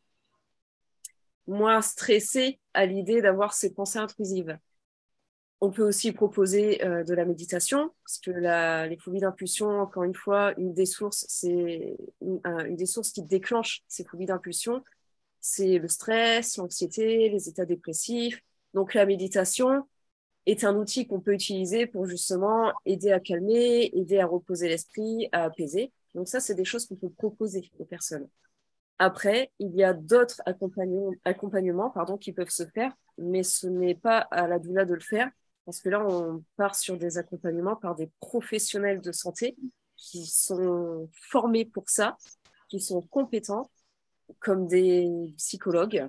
moins stressés à l'idée d'avoir ces pensées intrusives. On peut aussi proposer de la méditation, parce que les phobies d'impulsion, encore une fois, une des sources, c'est une des sources qui déclenche ces phobies d'impulsion, c'est le stress, l'anxiété, les états dépressifs. Donc la méditation est un outil qu'on peut utiliser pour justement aider à calmer, aider à reposer l'esprit, à apaiser. Donc ça, c'est des choses qu'on peut proposer aux personnes. Après, il y a d'autres accompagnements qui peuvent se faire, mais ce n'est pas à la doula de le faire, parce que là, on part sur des accompagnements par des professionnels de santé qui sont formés pour ça, qui sont compétents, comme des psychologues.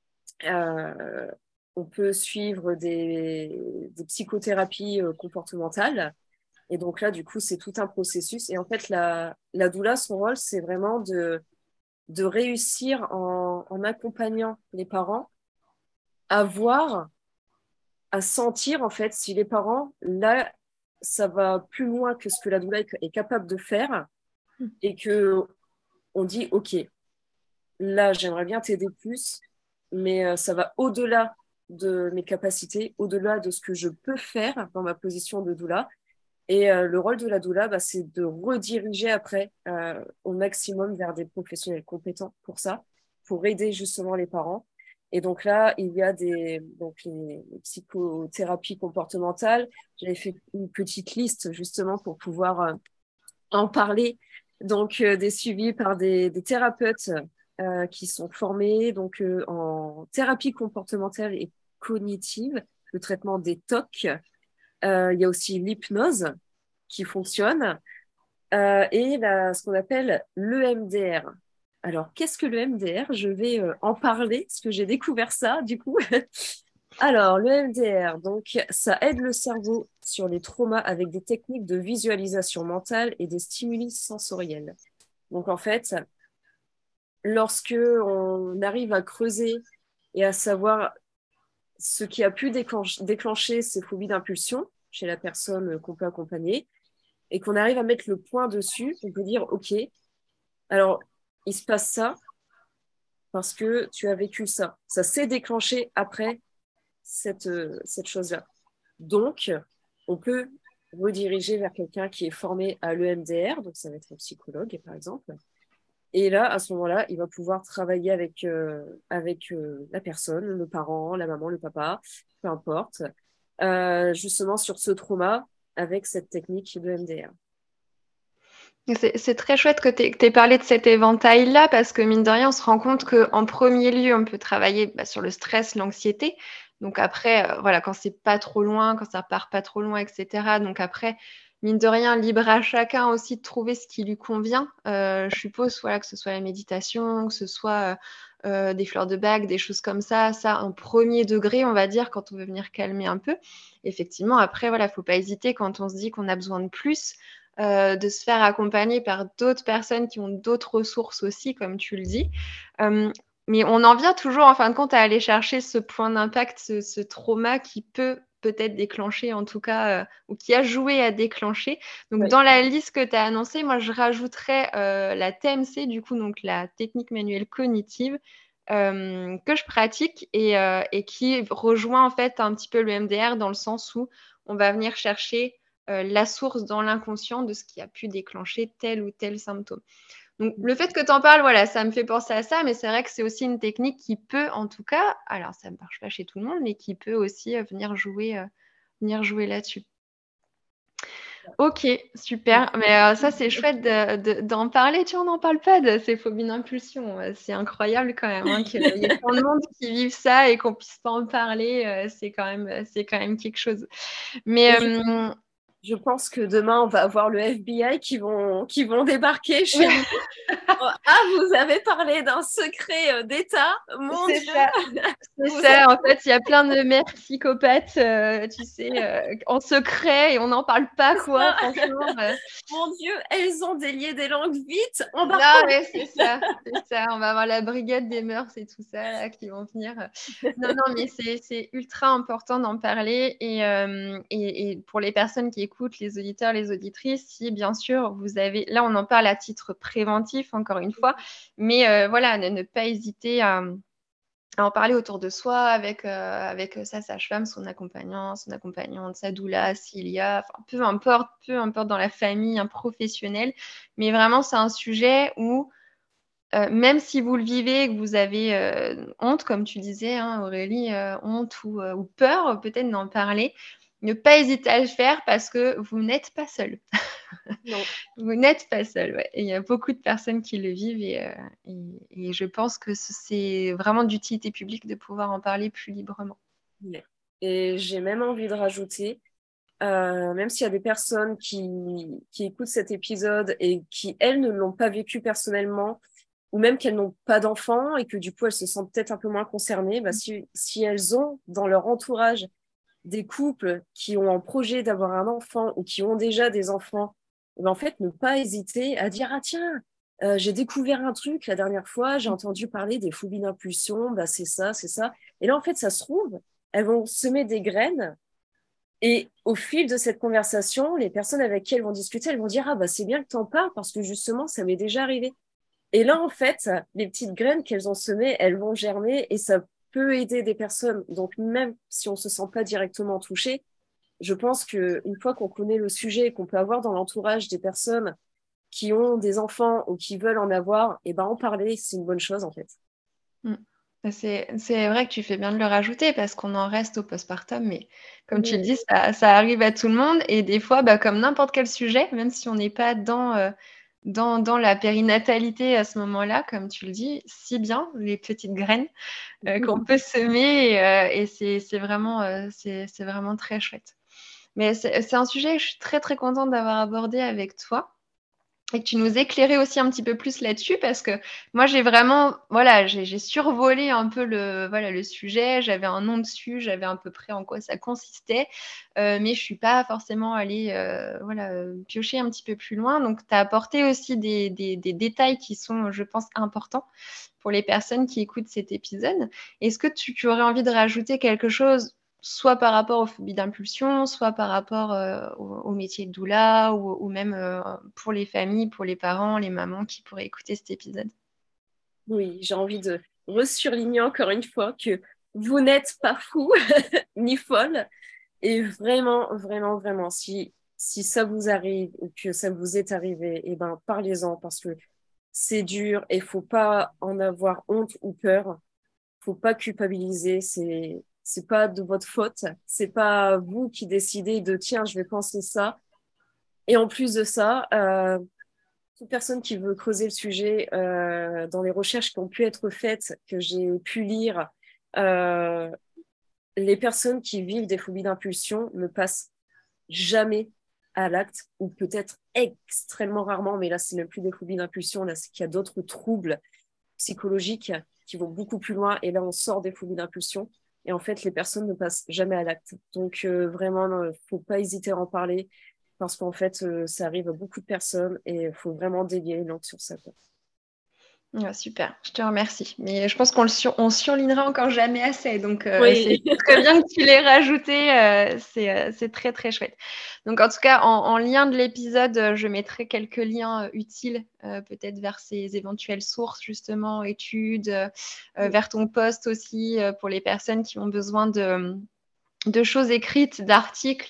Euh, on peut suivre des psychothérapies comportementales. Et donc là, du coup, c'est tout un processus. Et en fait, la doula, son rôle, c'est vraiment de réussir en accompagnant les parents à voir, à sentir en fait si les parents, là, ça va plus loin que ce que la doula est capable de faire et que on dit, OK, là, j'aimerais bien t'aider plus, mais ça va au-delà de mes capacités, au-delà de ce que je peux faire dans ma position de doula. Et le rôle de la doula, bah, c'est de rediriger après au maximum vers des professionnels compétents pour ça, pour aider justement les parents. Et donc là, il y a donc les psychothérapies comportementales. J'avais fait une petite liste justement pour pouvoir en parler. Donc des suivis par des thérapeutes qui sont formés donc en thérapie comportementale et cognitive, le traitement des TOC. Il y a aussi l'hypnose qui fonctionne et ce qu'on appelle l'EMDR. Alors, qu'est-ce que l'EMDR? Je vais en parler parce que j'ai découvert ça du coup. Alors, l'EMDR, donc, ça aide le cerveau sur les traumas avec des techniques de visualisation mentale et des stimuli sensoriels. Donc, en fait, lorsque on arrive à creuser et à savoir ce qui a pu déclencher ces phobies d'impulsion chez la personne qu'on peut accompagner, et qu'on arrive à mettre le point dessus, on peut dire, OK, alors il se passe ça parce que tu as vécu ça. Ça s'est déclenché après cette chose-là. Donc, on peut rediriger vers quelqu'un qui est formé à l'EMDR, donc ça va être un psychologue, par exemple. Et là, à ce moment-là, il va pouvoir travailler avec la personne, le parent, la maman, le papa, peu importe, justement sur ce trauma avec cette technique de MDR. C'est très chouette que tu aies parlé de cet éventail-là parce que mine de rien, on se rend compte qu'en premier lieu, on peut travailler sur le stress, l'anxiété. Donc après, voilà, quand c'est pas trop loin, quand ça part pas trop loin, etc. Donc après, mine de rien, libre à chacun aussi de trouver ce qui lui convient. Je suppose, voilà, que ce soit la méditation, que ce soit des fleurs de bac, des choses comme ça en premier degré, on va dire, quand on veut venir calmer un peu. Effectivement, après, voilà, faut pas hésiter quand on se dit qu'on a besoin de plus de se faire accompagner par d'autres personnes qui ont d'autres ressources aussi, comme tu le dis. Mais on en vient toujours, en fin de compte, à aller chercher ce point d'impact, ce trauma qui peut-être déclencher, en tout cas, ou qui a joué à déclencher. Donc, Oui. dans la liste que tu as annoncée, moi, je rajouterais la TMC, du coup, donc la technique manuelle cognitive, que je pratique et qui rejoint en fait un petit peu le MDR dans le sens où on va venir chercher la source dans l'inconscient de ce qui a pu déclencher tel ou tel symptôme. Donc, le fait que tu en parles, voilà, ça me fait penser à ça, mais c'est vrai que c'est aussi une technique qui peut, en tout cas, alors ça ne marche pas chez tout le monde, mais qui peut aussi venir jouer là-dessus. Ok, super. Mais ça, c'est chouette d'en parler. Tu vois, on n'en parle pas de ces phobies d'impulsion. C'est incroyable quand même hein, qu'il y ait tant de monde qui vivent ça et qu'on puisse pas en parler. C'est quand même quelque chose. Mais Je pense que demain, on va avoir le FBI qui vont débarquer chez nous. Ah, vous avez parlé d'un secret d'État, mon c'est Dieu. ça. C'est ça, en fait, il y a plein de mères psychopathes, tu sais, en secret et on n'en parle pas, quoi, Ça. franchement. Mon Dieu, elles ont délié des langues vite, Non, embarquons. ouais, c'est ça, c'est ça. On va avoir la brigade des mœurs et tout ça là, qui vont venir. Non, non, mais c'est ultra important d'en parler. Et pour les personnes qui écoutent, les auditeurs, les auditrices, si bien sûr vous avez. Là, on en parle à titre préventif, encore une fois. Mais voilà, ne pas hésiter à en parler autour de soi avec sa sage-femme, son accompagnant, son accompagnante, sa doula, s'il y a, enfin, peu importe dans la famille, un professionnel. Mais vraiment, c'est un sujet où, même si vous le vivez, que vous avez honte, comme tu disais, hein, Aurélie, honte ou peur peut-être d'en parler, ne pas hésiter à le faire parce que vous n'êtes pas seul. Non. Vous n'êtes pas seul, ouais. Et il y a beaucoup de personnes qui le vivent et je pense que c'est vraiment d'utilité publique de pouvoir en parler plus librement. Et j'ai même envie de rajouter, même s'il y a des personnes qui écoutent cet épisode et qui, elles, ne l'ont pas vécu personnellement, ou même qu'elles n'ont pas d'enfants et que du coup, elles se sentent peut-être un peu moins concernées, bah, si elles ont dans leur entourage des couples qui ont en projet d'avoir un enfant ou qui ont déjà des enfants, ben en fait, ne pas hésiter à dire, ah tiens, j'ai découvert un truc la dernière fois, j'ai entendu parler des phobies d'impulsion, bah, c'est ça, c'est ça. Et là, en fait, ça se trouve, elles vont semer des graines et au fil de cette conversation, les personnes avec qui elles vont discuter, elles vont dire, ah bah c'est bien que tu en parles parce que justement, ça m'est déjà arrivé. Et là, en fait, les petites graines qu'elles ont semées, elles vont germer et ça peut aider des personnes. Donc, même si on ne se sent pas directement touché, je pense qu'une fois qu'on connaît le sujet et qu'on peut avoir dans l'entourage des personnes qui ont des enfants ou qui veulent en avoir, et ben en parler, c'est une bonne chose en fait. Mm. C'est vrai que tu fais bien de le rajouter parce qu'on en reste au postpartum, mais comme tu le dis, ça arrive à tout le monde et des fois, bah, comme n'importe quel sujet, même si on n'est pas dans la périnatalité à ce moment-là, comme tu le dis, si bien les petites graines qu'on peut semer et c'est vraiment très chouette. Mais c'est un sujet que je suis très très contente d'avoir abordé avec toi. et que tu nous éclairais aussi un petit peu plus là-dessus, parce que moi j'ai vraiment, voilà, j'ai survolé un peu le sujet, j'avais un nom dessus, j'avais à peu près en quoi ça consistait, mais je suis pas forcément allée piocher un petit peu plus loin. Donc tu as apporté aussi des détails qui sont, je pense, importants pour les personnes qui écoutent cet épisode. Est-ce que tu aurais envie de rajouter quelque chose, soit par rapport aux phobies d'impulsion, soit par rapport au métier de doula, ou même pour les familles, pour les parents, les mamans qui pourraient écouter cet épisode? Oui, j'ai envie de resurligner encore une fois que vous n'êtes pas fou ni folle. Et vraiment, vraiment, vraiment, si ça vous arrive ou que ça vous est arrivé, eh ben, parlez-en parce que c'est dur et faut pas en avoir honte ou peur. Faut pas culpabiliser. C'est pas de votre faute. C'est pas vous qui décidez de tiens, je vais penser ça. Et en plus de ça, toute personne qui veut creuser le sujet dans les recherches qui ont pu être faites, que j'ai pu lire, euh, les personnes qui vivent des phobies d'impulsion ne passent jamais à l'acte, ou peut-être extrêmement rarement, mais là, c'est même plus des phobies d'impulsion, là, c'est qu'il y a d'autres troubles psychologiques qui vont beaucoup plus loin, et là, on sort des phobies d'impulsion, et en fait, les personnes ne passent jamais à l'acte. Donc, vraiment, il ne faut pas hésiter à en parler, parce qu'en fait, ça arrive à beaucoup de personnes, et il faut vraiment délier une langue sur ça, quoi. Ouais, super, je te remercie. Mais je pense on surlignera encore jamais assez. Donc, c'est Oui, très bien que tu l'aies rajouté. C'est très, très chouette. Donc, en tout cas, en lien de l'épisode, je mettrai quelques liens utiles, peut-être vers ces éventuelles sources, justement, études, vers ton post aussi, pour les personnes qui ont besoin de choses écrites, d'articles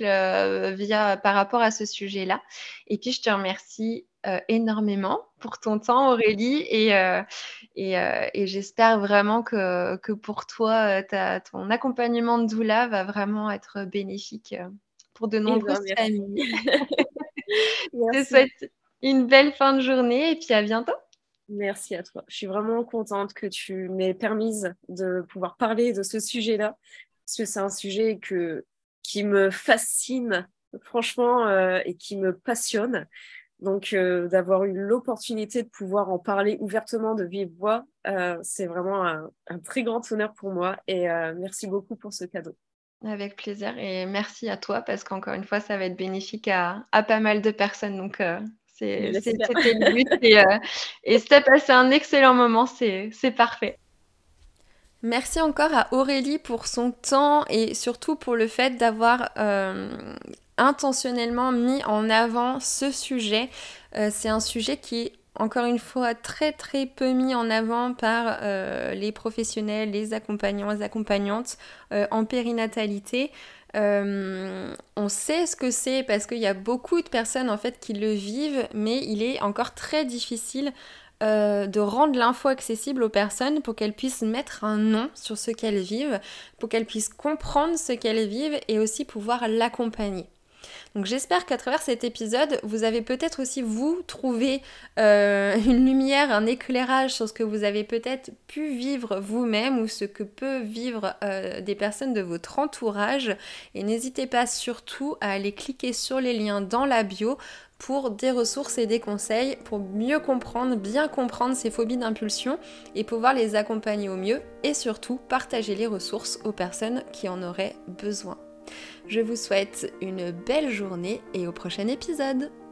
par rapport à ce sujet-là. Et puis, je te remercie énormément pour ton temps, Aurélie, et j'espère vraiment que pour toi, ton accompagnement de doula va vraiment être bénéfique pour de et ben nombreuses merci. familles. Je te Merci. souhaite une belle fin de journée et puis à bientôt. Merci à toi. Je suis vraiment contente que tu m'aies permise de pouvoir parler de ce sujet-là, parce que c'est un sujet qui me fascine, franchement, et qui me passionne. Donc, d'avoir eu l'opportunité de pouvoir en parler ouvertement de vive voix, c'est vraiment un très grand honneur pour moi. Et merci beaucoup pour ce cadeau. Avec plaisir et merci à toi parce qu'encore une fois, ça va être bénéfique à pas mal de personnes. Donc, J'espère. c'était le but et si tu as passé un excellent moment, c'est parfait. Merci encore à Aurélie pour son temps et surtout pour le fait d'avoir intentionnellement mis en avant ce sujet. C'est un sujet qui est encore une fois très très peu mis en avant par les professionnels, les accompagnants, les accompagnantes en périnatalité. On sait ce que c'est parce qu'il y a beaucoup de personnes en fait qui le vivent, mais il est encore très difficile de rendre l'info accessible aux personnes pour qu'elles puissent mettre un nom sur ce qu'elles vivent, pour qu'elles puissent comprendre ce qu'elles vivent et aussi pouvoir l'accompagner. Donc j'espère qu'à travers cet épisode, vous avez peut-être aussi, vous, trouvé une lumière, un éclairage sur ce que vous avez peut-être pu vivre vous-même ou ce que peuvent vivre des personnes de votre entourage. Et n'hésitez pas surtout à aller cliquer sur les liens dans la bio pour des ressources et des conseils pour mieux comprendre, bien comprendre ces phobies d'impulsion et pouvoir les accompagner au mieux et surtout partager les ressources aux personnes qui en auraient besoin. Je vous souhaite une belle journée et au prochain épisode.